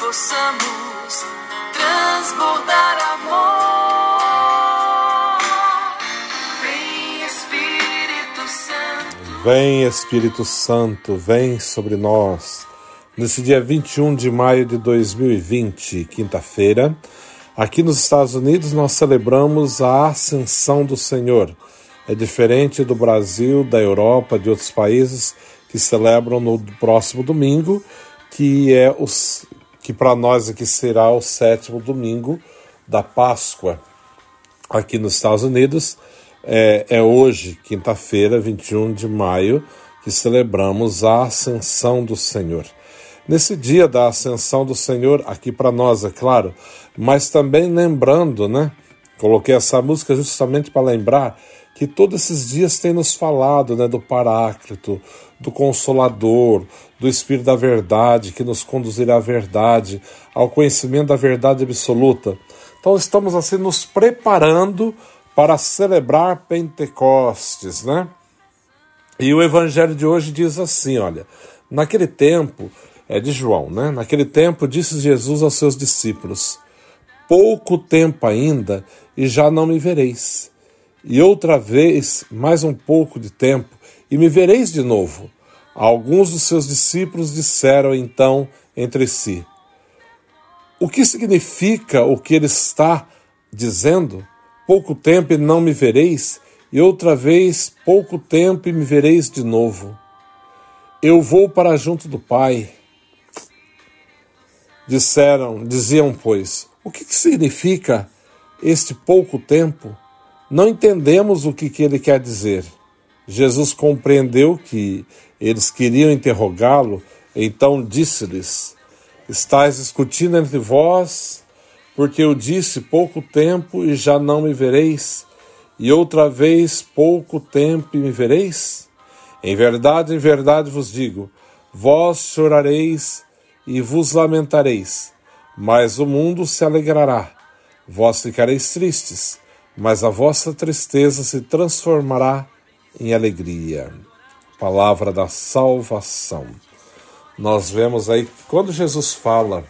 possamos transbordar amor. Vem Espírito Santo. Vem Espírito Santo, vem sobre nós. Nesse dia 21 de maio de 2020, quinta-feira, aqui nos Estados Unidos nós celebramos a Ascensão do Senhor. É diferente do Brasil, da Europa, de outros países que celebram no próximo domingo, que para nós aqui será o 7º domingo da Páscoa. Aqui nos Estados Unidos é hoje, quinta-feira, 21 de maio, que celebramos a Ascensão do Senhor. Nesse dia da Ascensão do Senhor, aqui para nós, é claro, mas também lembrando, né? Coloquei essa música justamente para lembrar que todos esses dias tem nos falado, né, do Paráclito, do Consolador, do Espírito da Verdade, que nos conduzirá à verdade, ao conhecimento da verdade absoluta. Então estamos assim nos preparando para celebrar Pentecostes, né? E o Evangelho de hoje diz assim, olha, naquele tempo, é de João, né? Naquele tempo disse Jesus aos seus discípulos: pouco tempo ainda e já não me vereis. E outra vez, mais um pouco de tempo, e me vereis de novo. Alguns dos seus discípulos disseram então entre si: o que significa o que ele está dizendo? Pouco tempo e não me vereis, e outra vez, pouco tempo e me vereis de novo. Eu vou para junto do Pai. Diziam, pois, o que significa este pouco tempo? Não entendemos o que ele quer dizer. Jesus compreendeu que eles queriam interrogá-lo, então disse-lhes: estáis discutindo entre vós, porque eu disse pouco tempo e já não me vereis, e outra vez pouco tempo e me vereis? Em verdade vos digo, vós chorareis e vos lamentareis, mas o mundo se alegrará. Vós ficareis tristes, mas a vossa tristeza se transformará em alegria. Palavra da salvação. Nós vemos aí que quando Jesus fala,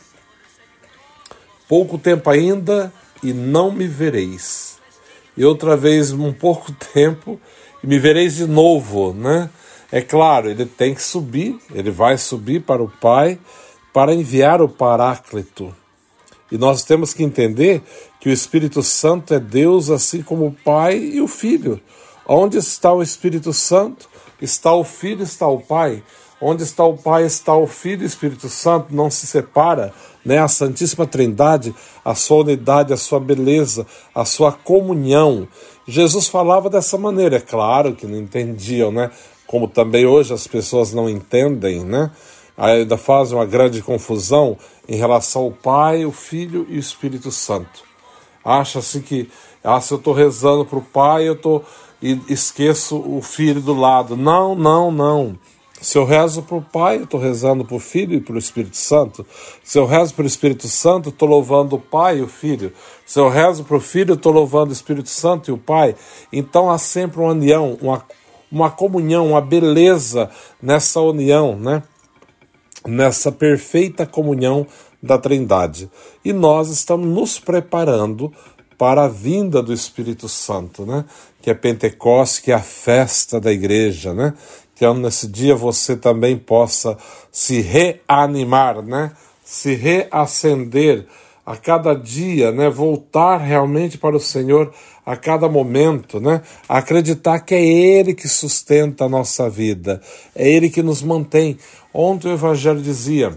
pouco tempo ainda e não me vereis, e outra vez um pouco tempo e me vereis de novo, né? É claro, ele tem que subir, ele vai subir para o Pai para enviar o Paráclito. E nós temos que entender que o Espírito Santo é Deus, assim como o Pai e o Filho. Onde está o Espírito Santo? Está o Filho, está o Pai. Onde está o Pai, está o Filho e o Espírito Santo. Não se separa, né? A Santíssima Trindade, a sua unidade, a sua beleza, a sua comunhão. Jesus falava dessa maneira. É claro que não entendiam, né? Como também hoje as pessoas não entendem, né? Ainda fazem uma grande confusão em relação ao Pai, o Filho e o Espírito Santo. Acha-se que, se eu estou rezando para o Pai, e esqueço o Filho do lado. Não. Se eu rezo para o Pai, eu estou rezando para o Filho e para o Espírito Santo. Se eu rezo para o Espírito Santo, estou louvando o Pai e o Filho. Se eu rezo para o Filho, estou louvando o Espírito Santo e o Pai. Então há sempre uma união, uma comunhão, uma beleza nessa união, né? Nessa perfeita comunhão da Trindade. E nós estamos nos preparando para a vinda do Espírito Santo, né? Que é Pentecostes, que é a festa da igreja, né? Que nesse dia você também possa se reanimar, né? Se reacender a cada dia, né? Voltar realmente para o Senhor a cada momento, né? Acreditar que é Ele que sustenta a nossa vida, é Ele que nos mantém. Ontem o Evangelho dizia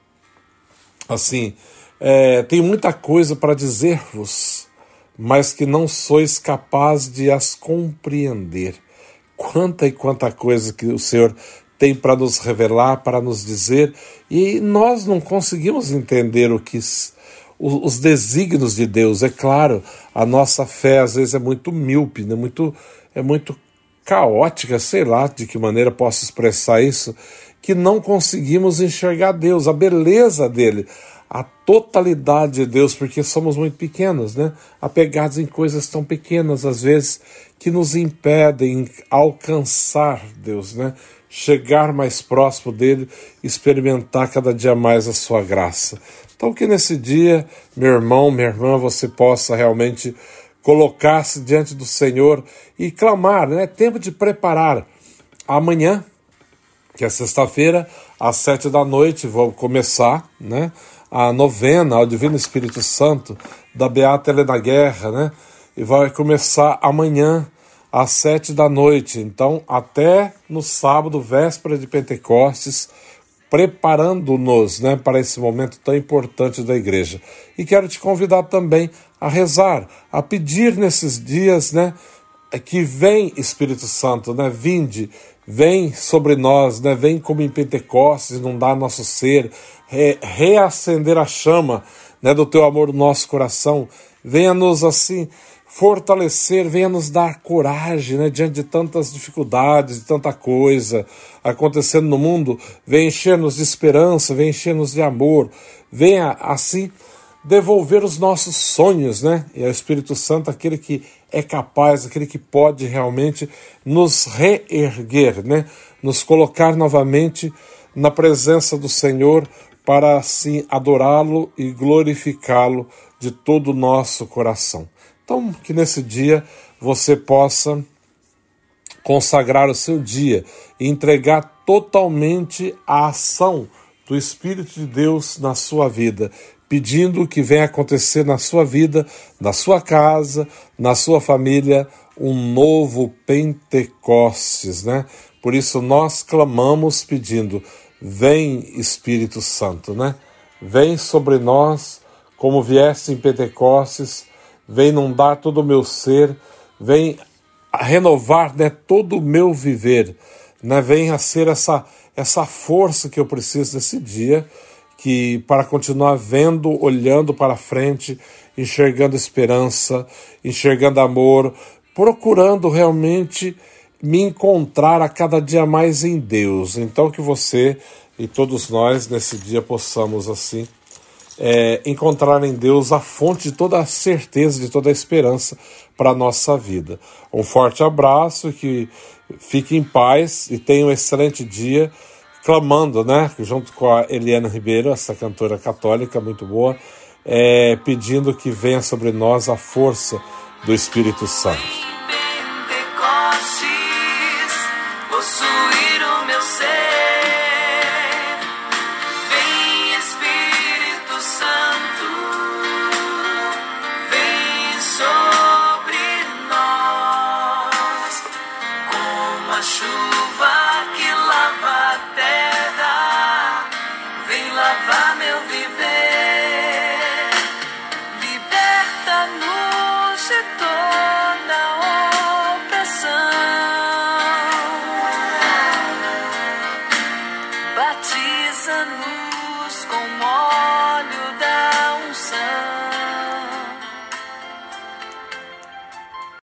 assim, tem muita coisa para dizer-vos, mas que não sois capazes de as compreender. Quanta coisa que o Senhor tem para nos revelar, para nos dizer, e nós não conseguimos entender os desígnios de Deus. É claro, a nossa fé às vezes é muito míope, né? É muito caótica, sei lá de que maneira posso expressar isso, que não conseguimos enxergar Deus, a beleza dele, a totalidade de Deus, porque somos muito pequenos, né? Apegados em coisas tão pequenas, às vezes, que nos impedem alcançar Deus, né? chegar mais próximo dele, experimentar cada dia mais a sua graça. Então que nesse dia, meu irmão, minha irmã, você possa realmente colocar-se diante do Senhor e clamar, né? É tempo de preparar. Amanhã, que é sexta-feira, às 7 da noite, vou começar, né, a novena ao Divino Espírito Santo da Beata Helena Guerra, né? E vai começar amanhã às 7 da noite. Então, até no sábado, véspera de Pentecostes, preparando-nos, né, para esse momento tão importante da igreja. E quero te convidar também a rezar, a pedir nesses dias, né, que vem Espírito Santo, né, vinde, vem sobre nós, né, vem como em Pentecostes, inundar nosso ser, reacender a chama, né, do teu amor no nosso coração, venha nos assim fortalecer, venha nos dar coragem, né, diante de tantas dificuldades, de tanta coisa acontecendo no mundo, venha encher-nos de esperança, venha encher-nos de amor, venha assim devolver os nossos sonhos, né? E é o Espírito Santo aquele que é capaz, aquele que pode realmente nos reerguer, né? Nos colocar novamente na presença do Senhor para assim adorá-lo e glorificá-lo de todo o nosso coração. Então, que nesse dia você possa consagrar o seu dia e entregar totalmente a ação do Espírito de Deus na sua vida, pedindo que venha acontecer na sua vida, na sua casa, na sua família, um novo Pentecostes, né? Por isso nós clamamos pedindo, vem Espírito Santo, né? Vem sobre nós, como viesse em Pentecostes, vem inundar todo o meu ser, vem renovar, né, todo o meu viver, né? Vem a ser essa força que eu preciso nesse dia, que para continuar vendo, olhando para frente, enxergando esperança, enxergando amor, procurando realmente me encontrar a cada dia mais em Deus. Então que você e todos nós nesse dia possamos assim encontrar em Deus a fonte de toda a certeza, de toda a esperança para a nossa vida. Um forte abraço, que fique em paz e tenha um excelente dia, clamando, né, junto com a Eliana Ribeiro, essa cantora católica muito boa, pedindo que venha sobre nós a força do Espírito Santo. Pentecostes, possuir o meu ser. Vem Espírito Santo, vem sobre nós, como a chuva que lava a terra, vem lavar meu viver, liberta-nos de toda opressão, batiza-nos com óleo da unção.